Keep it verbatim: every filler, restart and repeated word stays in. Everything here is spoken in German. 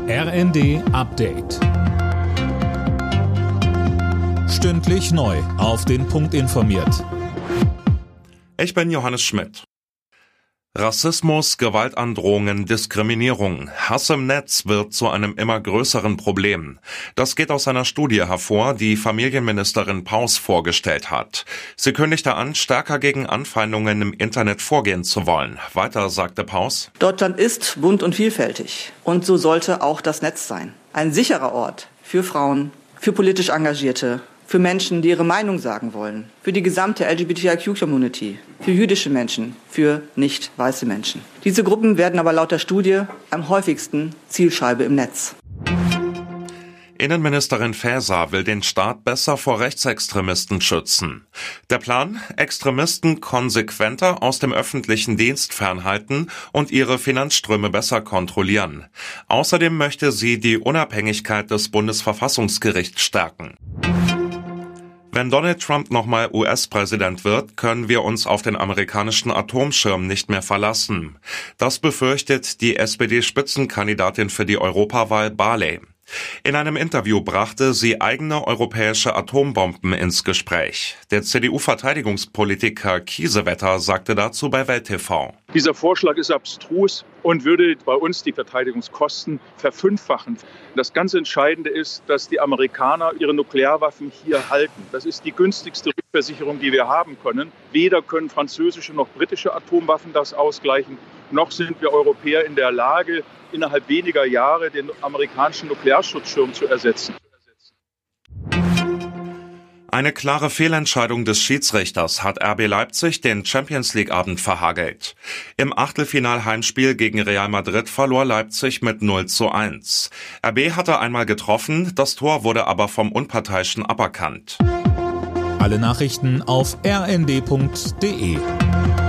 R N D Update. Stündlich neu auf den Punkt informiert. Ich bin Johannes Schmidt. Rassismus, Gewaltandrohungen, Diskriminierung, Hass im Netz wird zu einem immer größeren Problem. Das geht aus einer Studie hervor, die Familienministerin Paus vorgestellt hat. Sie kündigte an, stärker gegen Anfeindungen im Internet vorgehen zu wollen. Weiter sagte Paus: Deutschland ist bunt und vielfältig. Und so sollte auch das Netz sein. Ein sicherer Ort für Frauen, für politisch Engagierte, für Menschen, die ihre Meinung sagen wollen, für die gesamte L G B T I Q-Community, für jüdische Menschen, für nicht weiße Menschen. Diese Gruppen werden aber laut der Studie am häufigsten Zielscheibe im Netz. Innenministerin Faeser will den Staat besser vor Rechtsextremisten schützen. Der Plan: Extremisten konsequenter aus dem öffentlichen Dienst fernhalten und ihre Finanzströme besser kontrollieren. Außerdem möchte sie die Unabhängigkeit des Bundesverfassungsgerichts stärken. Wenn Donald Trump nochmal U S-Präsident wird, können wir uns auf den amerikanischen Atomschirm nicht mehr verlassen. Das befürchtet die S P D-Spitzenkandidatin für die Europawahl Barley. In einem Interview brachte sie eigene europäische Atombomben ins Gespräch. Der C D U-Verteidigungspolitiker Kiesewetter sagte dazu bei Welt T V: Dieser Vorschlag ist abstrus und würde bei uns die Verteidigungskosten verfünffachen. Das ganz Entscheidende ist, dass die Amerikaner ihre Nuklearwaffen hier halten. Das ist die günstigste Rückversicherung, die wir haben können. Weder können französische noch britische Atomwaffen das ausgleichen, noch sind wir Europäer in der Lage, innerhalb weniger Jahre den amerikanischen Nuklearschutzschirm zu ersetzen. Eine klare Fehlentscheidung des Schiedsrichters hat R B Leipzig den Champions-League-Abend verhagelt. Im Achtelfinal-Heimspiel gegen Real Madrid verlor Leipzig mit null zu eins. R B hatte einmal getroffen, das Tor wurde aber vom Unparteiischen aberkannt. Alle Nachrichten auf r n d punkt d e.